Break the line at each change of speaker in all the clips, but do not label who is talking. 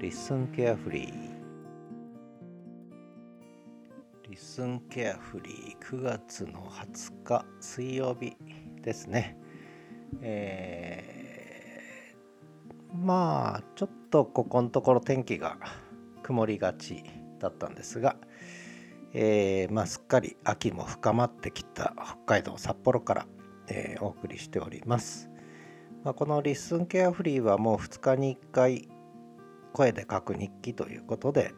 Listen carefully。 Listen carefully 9月の20日水曜日ですね。まあちょっとここのところ天気が曇りがちだったんですが、すっかり秋も深まってきた北海道札幌から、お送りしております。このリッスンケアフリーはもう2日に1回声で書く日記ということで、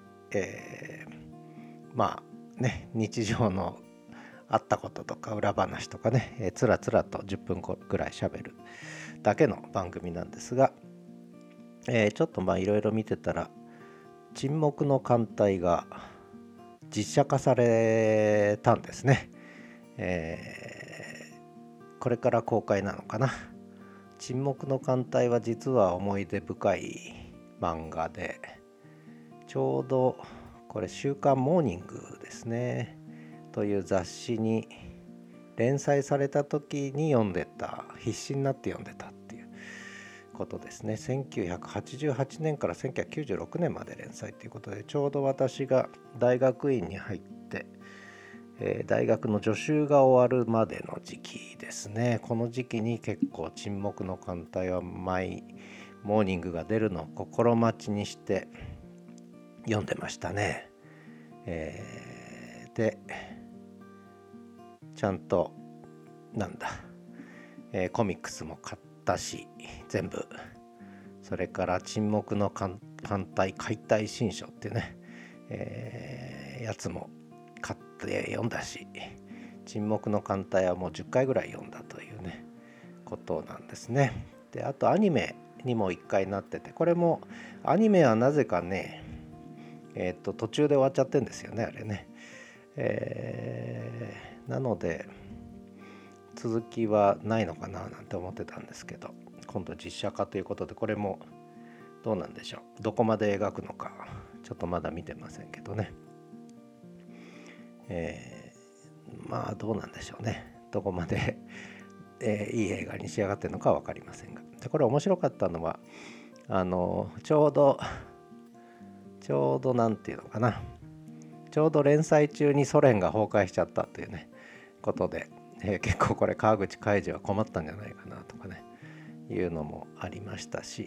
日常のあったこととか裏話とかね、つらつらと10分ぐらい喋るだけの番組なんですが、ちょっといろいろ見てたら沈黙の艦隊が実写化されたんですね。これから公開なのかな。沈黙の艦隊は実は思い出深い漫画で、ちょうどこれ週刊モーニングですねという雑誌に連載された時に読んでた、必死になって読んでたっていうことですね。1988年から1996年まで連載ということで、ちょうど私が大学院に入って、大学の助手が終わるまでの時期ですね。この時期に結構沈黙の艦隊は毎モーニングが出るのを心待ちにして読んでましたね。でちゃんとコミックスも買ったし全部、それから沈黙の艦隊解体新書っていうね、やつも買って読んだし、沈黙の艦隊はもう10回ぐらい読んだというねことなんですね。であとアニメにも1回なってて、これもアニメはなぜかね途中で終わっちゃってんですよね、あれね。なので続きはないのかななんて思ってたんですけど、今度実写化ということで、これもどうなんでしょう。どこまで描くのかちょっとまだ見てませんけどね。どうなんでしょうね。どこまで、いい映画に仕上がってるのかは分かりませんが、でこれ面白かったのはちょうどなんていうのかな、ちょうど連載中にソ連が崩壊しちゃったというねことで、結構これ川口海二は困ったんじゃないかなとかねいうのもありましたし、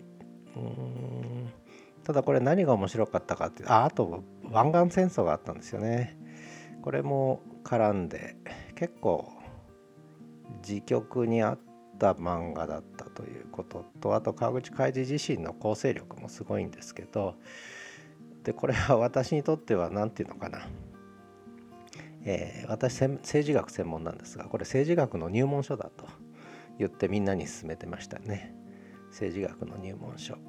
ただこれ何が面白かったかっていうあと湾岸戦争があったんですよね。これも絡んで結構時局に合った漫画だったということと、あと川口海二自身の構成力もすごいんですけど、でこれは私にとっては何ていうのかな、私政治学専門なんですが、これ政治学の入門書だと言ってみんなに勧めてましたね。政治学の入門書、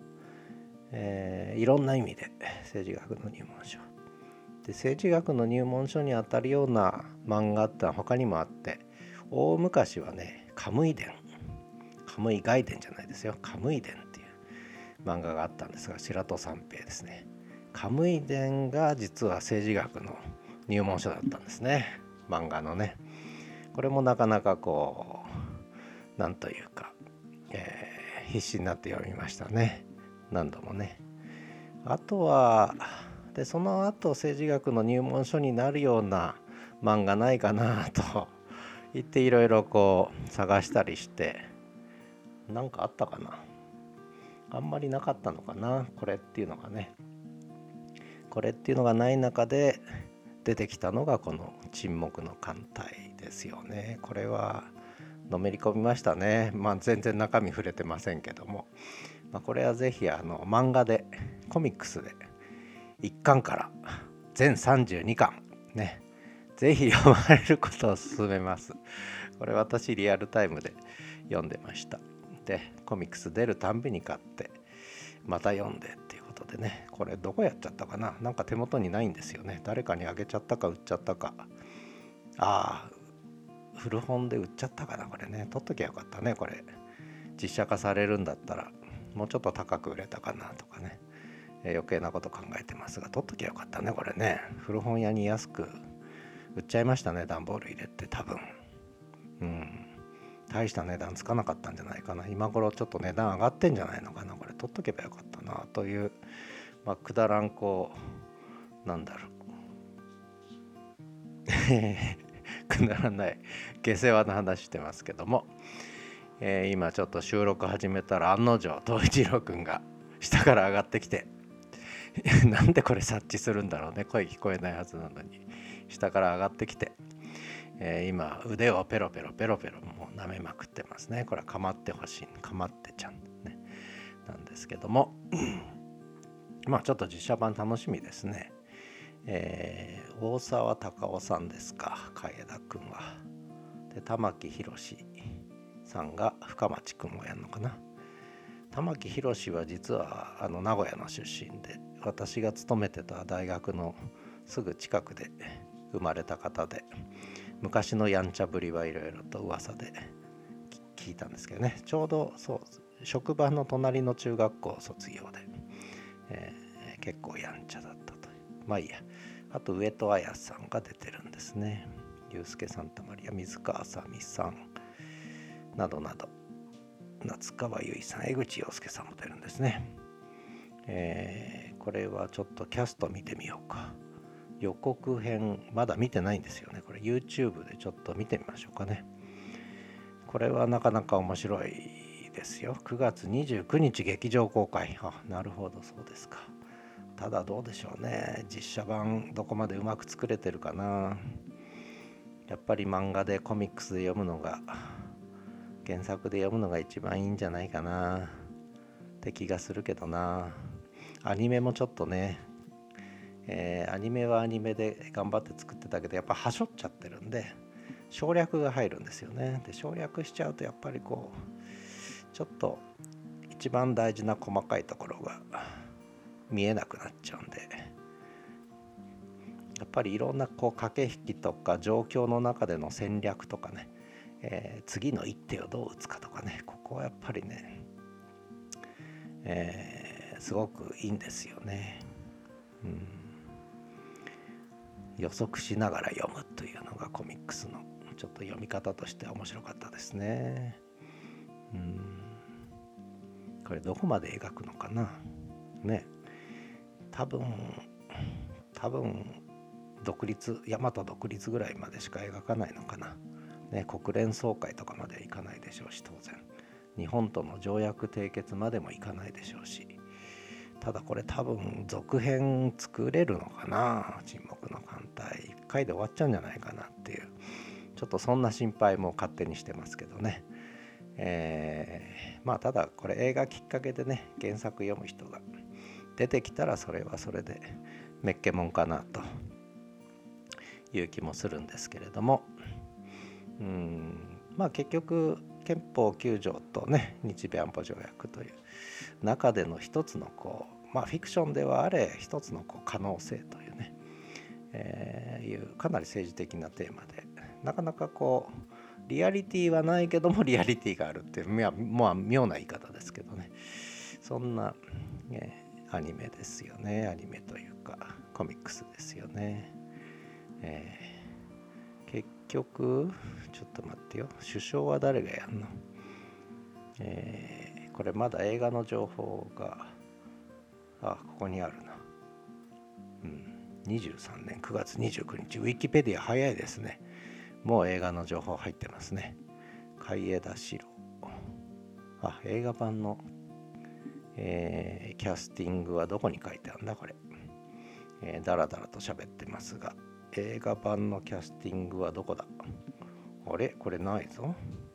いろんな意味で政治学の入門書で、政治学の入門書にあたるような漫画ってのは他にもあって、大昔はねカムイ伝、カムイ外伝じゃないですよ、カムイ伝っていう漫画があったんですが、白戸三平ですね。カムイ伝が実は政治学の入門書だったんですね、漫画のね。これもなかなかこうなんというか、必死になって読みましたね、何度もね。あとはでその後政治学の入門書になるような漫画ないかなと言っていろいろこう探したりして、なんかあったかな、あんまりなかったのかな、これっていうのがね。これっていうのがない中で出てきたのがこの沈黙の艦隊ですよね。これはのめり込みましたね。全然中身触れてませんけども、これはぜひ漫画でコミックスで1巻から全32巻ね、ぜひ読まれることを勧めます。これ私リアルタイムで読んでました。でコミックス出るたんびに買ってまた読んでっていうことでね、これどこやっちゃったかな、なんか手元にないんですよね。誰かにあげちゃったか売っちゃったか、古本で売っちゃったかな、これね。取っときゃよかったね。これ実写化されるんだったらもうちょっと高く売れたかなとかね、余計なこと考えてますが、取っときゃよかったねこれね。古本屋に安く売っちゃいましたね、段ボール入れて。多分大した値段つかなかったんじゃないかな。今頃ちょっと値段上がってんじゃないのかな。これ取っとけばよかったなという、くだらんなんだろうくだらない下世話の話してますけども、今ちょっと収録始めたら案の定東一郎くんが下から上がってきてなんでこれ察知するんだろうね、声聞こえないはずなのに下から上がってきて、今腕をペロペロもう舐めまくってますね。これはかまってほしい、かまってちゃん、ね、なんですけどもちょっと実写版楽しみですね。大沢たかおさんですか、海江田くんは。で玉木宏さんが深町くんをやるのかな。玉木宏は実は名古屋の出身で、私が勤めてた大学のすぐ近くで生まれた方で、昔のやんちゃぶりはいろいろと噂で聞いたんですけどね。ちょうど職場の隣の中学校卒業で、結構やんちゃだったという。いいや。あと上戸彩さんが出てるんですね。ユースケ・サンタマリア、水川あさみさんなどなど、夏川由衣さん、江口洋介さんも出るんですね。これはちょっとキャスト見てみようか。予告編まだ見てないんですよね。これ YouTube でちょっと見てみましょうかね。これはなかなか面白いですよ。9月29日劇場公開。なるほど、そうですか。ただどうでしょうね、実写版どこまでうまく作れてるかな。やっぱり漫画でコミックスで読むのが、原作で読むのが一番いいんじゃないかなって気がするけどな。アニメもちょっとね、アニメはアニメで頑張って作ってたけど、やっぱはしょっちゃってるんで省略が入るんですよね。で省略しちゃうとやっぱりちょっと一番大事な細かいところが見えなくなっちゃうんで、やっぱりいろんな駆け引きとか状況の中での戦略とかね、次の一手をどう打つかとかね、ここはやっぱりね、すごくいいんですよね。予測しながら読むというのがコミックスのちょっと読み方として面白かったですね。これどこまで描くのかなね。多分大和独立ぐらいまでしか描かないのかな、ね、国連総会とかまではいかないでしょうし、当然日本との条約締結までもいかないでしょうし、ただこれ多分続編作れるのかな。沈黙の艦隊1回で終わっちゃうんじゃないかなっていう、ちょっとそんな心配も勝手にしてますけどね。ただこれ映画きっかけでね、原作読む人が出てきたらそれはそれでめっけもんかなという気もするんですけれども、結局憲法9条とね、日米安保条約という中での一つのフィクションではあれ一つの可能性というね、いうかなり政治的なテーマで、なかなかリアリティはないけどもリアリティがあるっていう妙な言い方ですけどね、そんな、アニメですよね。アニメというかコミックスですよね。結局ちょっと待ってよ、首相は誰がやんの。これまだ映画の情報がここにあるな。23年9月29日、ウィキペディア早いですね。もう映画の情報入ってますね。海江田四郎。映画版の、キャスティングはどこに書いてあるんだこれ。だらだらと喋ってますが、映画版のキャスティングはどこだ。あれこれないぞ。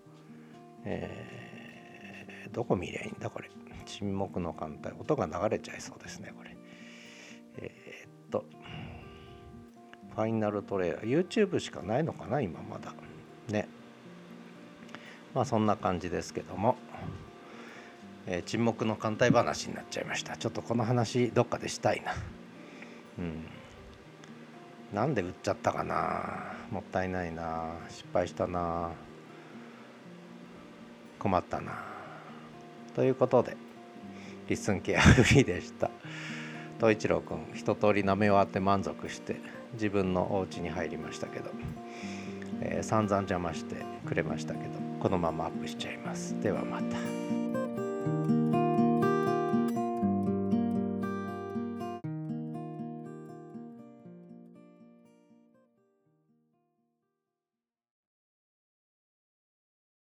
どこ見りゃいいんだこれ。沈黙の艦隊、音が流れちゃいそうですねこれ。ファイナルトレーラー YouTube しかないのかな今まだね。そんな感じですけども、沈黙の艦隊話になっちゃいました。ちょっとこの話どっかでしたいな。なんで売っちゃったかな。もったいないな。失敗したな。困ったな。ということでリッスンケアフリーでした。東一郎くん一通り舐め終わって満足して自分のお家に入りましたけど、散々邪魔してくれましたけど、このままアップしちゃいます。ではまた。